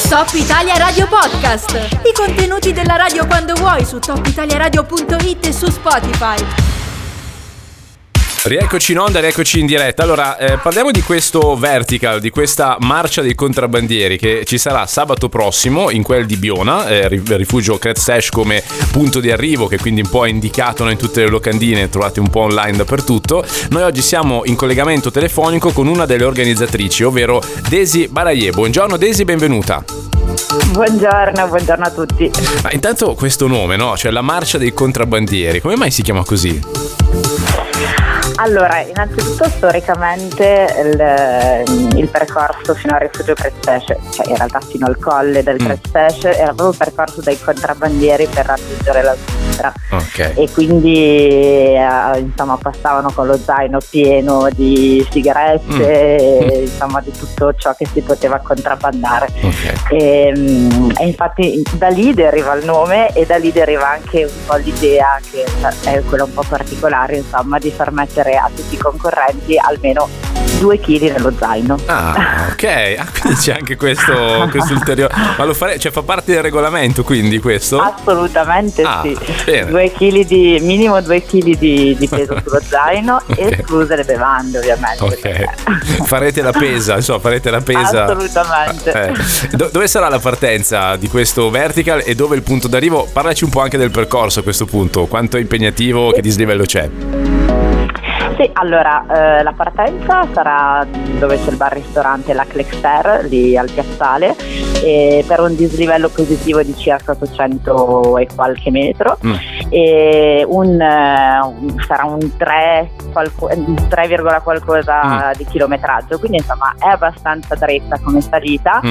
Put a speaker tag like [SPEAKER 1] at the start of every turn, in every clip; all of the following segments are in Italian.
[SPEAKER 1] Top Italia Radio Podcast. I contenuti della radio quando vuoi su topitaliaradio.it e su Spotify.
[SPEAKER 2] Rieccoci in onda, rieccoci in diretta. Allora, parliamo di questo vertical, di questa marcia dei contrabbandieri che ci sarà sabato prossimo in quel di Biona, rifugio Cretsesh come punto di arrivo, che quindi un po' è indicato in tutte le locandine, trovate un po' online dappertutto. Noi oggi siamo in collegamento telefonico con una delle organizzatrici, ovvero Desi Baraye. Buongiorno Desi, benvenuta.
[SPEAKER 3] Buongiorno a tutti.
[SPEAKER 2] Ma intanto questo nome, no? Cioè la marcia dei contrabbandieri, come mai si chiama così?
[SPEAKER 3] Allora, innanzitutto storicamente il percorso fino al rifugio Cretsesh, cioè in realtà fino al colle del Cretsesh, era proprio percorso dai contrabbandieri per raggiungere la Svizzera.
[SPEAKER 2] Okay.
[SPEAKER 3] E quindi insomma passavano con lo zaino pieno di sigarette e insomma di tutto ciò che si poteva contrabbandare.
[SPEAKER 2] Okay.
[SPEAKER 3] E infatti da lì deriva il nome e da lì deriva anche un po' l'idea, che è quella un po' particolare, insomma, di far mettere a tutti i concorrenti almeno 2 chili nello zaino.
[SPEAKER 2] Ah, ok. Quindi c'è anche questo ulteriore. Ma lo farei, cioè fa parte del regolamento, quindi questo?
[SPEAKER 3] Assolutamente sì.
[SPEAKER 2] Bene.
[SPEAKER 3] 2 kg minimo 2 kg di peso sullo zaino, okay. Escluse le bevande, ovviamente.
[SPEAKER 2] Ok. Farete la pesa, insomma, farete la pesa.
[SPEAKER 3] Assolutamente.
[SPEAKER 2] Dove sarà la partenza di questo vertical e dove il punto d'arrivo? Parlaci un po' anche del percorso a questo punto. Quanto è impegnativo, che dislivello c'è?
[SPEAKER 3] Sì, allora la partenza sarà dove c'è il bar-ristorante La Clexter, lì al piazzale, per un dislivello positivo di circa 800 e qualche metro, e sarà un 3, 3, qualcosa di chilometraggio, quindi insomma è abbastanza dritta come salita,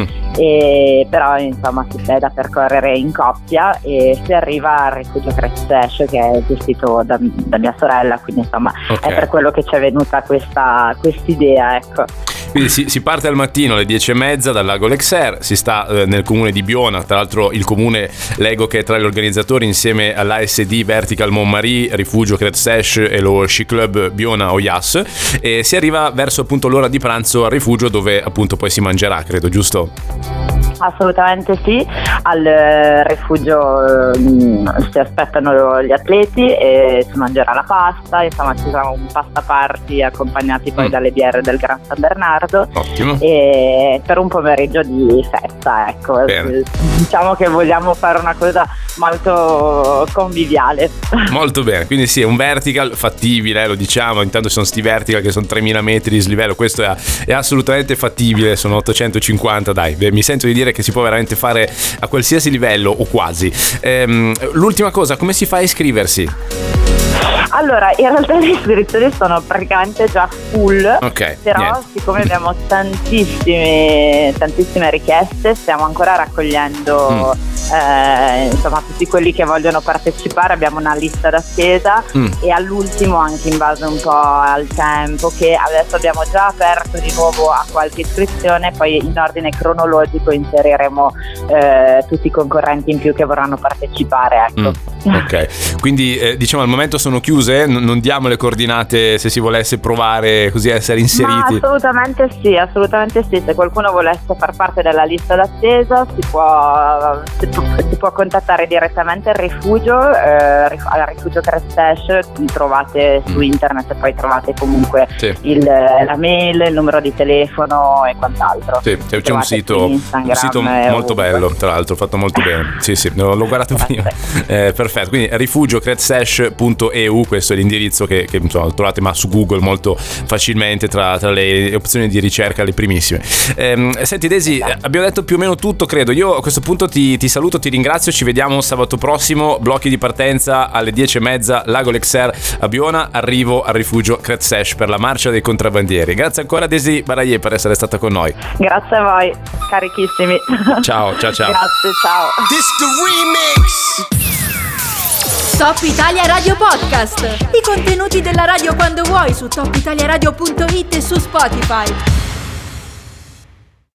[SPEAKER 3] però insomma si è da percorrere in coppia e si arriva al rifugio Cretsesh, che è gestito da mia sorella, quindi insomma è per quello che ci è venuta questa idea, ecco.
[SPEAKER 2] Quindi si parte al mattino alle 10:30 dal lago Lexer, si sta nel comune di Biona, tra l'altro il comune leggo che è tra gli organizzatori insieme all'ASD Vertical Montmarie, Rifugio Cretsesh e lo Sci Club Biona Oyas, e si arriva verso appunto l'ora di pranzo al rifugio, dove appunto poi si mangerà, credo, giusto?
[SPEAKER 3] Assolutamente sì, al rifugio si aspettano gli atleti e si mangerà la pasta, insomma ci sarà un pasta party accompagnati poi dalle birre del Gran San Bernardo.
[SPEAKER 2] Ottimo.
[SPEAKER 3] E per un pomeriggio di festa, ecco.
[SPEAKER 2] Bene.
[SPEAKER 3] Diciamo che vogliamo fare una cosa molto conviviale.
[SPEAKER 2] Molto bene, quindi sì, è un vertical fattibile, lo diciamo, intanto sono sti vertical che sono 3000 metri di slivello, questo è assolutamente fattibile, sono 850, dai, mi sento di dire che si può veramente fare a qualsiasi livello o quasi. L'ultima cosa, come si fa a iscriversi?
[SPEAKER 3] Allora, in realtà le iscrizioni sono praticamente già full, però
[SPEAKER 2] niente.
[SPEAKER 3] Siccome abbiamo tantissime richieste, stiamo ancora raccogliendo insomma tutti quelli che vogliono partecipare, abbiamo una lista d'attesa e all'ultimo, anche in base un po' al tempo, che adesso abbiamo già aperto di nuovo a qualche iscrizione, poi in ordine cronologico inseriremo tutti i concorrenti in più che vorranno partecipare, ecco.
[SPEAKER 2] Ok, quindi diciamo al momento sono chiuse, non diamo le coordinate se si volesse provare così a essere inseriti.
[SPEAKER 3] Ma assolutamente sì, se qualcuno volesse far parte della lista d'attesa si può contattare direttamente il rifugio, al rifugio Cretsesh, trovate su internet e poi trovate comunque la mail, il numero di telefono e quant'altro.
[SPEAKER 2] Sì, c'è un sito molto bello, tra l'altro fatto molto bene. Sì, l'ho guardato prima. Perfetto, quindi rifugioCretsesh.eu, questo è l'indirizzo che insomma, trovate ma su Google molto facilmente tra le opzioni di ricerca, le primissime. Senti Desi, abbiamo detto più o meno tutto, credo. Io a questo punto ti saluto, ti ringrazio, ci vediamo sabato prossimo, blocchi di partenza alle 10:30, Lago Lexer a Biona, arrivo al rifugio Cretsesh per la marcia dei contrabbandieri. Grazie ancora Desi Baraye per essere stata con noi.
[SPEAKER 3] Grazie a voi, carichissimi.
[SPEAKER 2] Ciao.
[SPEAKER 3] Grazie, ciao.
[SPEAKER 4] This the remix.
[SPEAKER 1] Top Italia Radio Podcast. I contenuti della radio quando vuoi su topitaliaradio.it e su Spotify.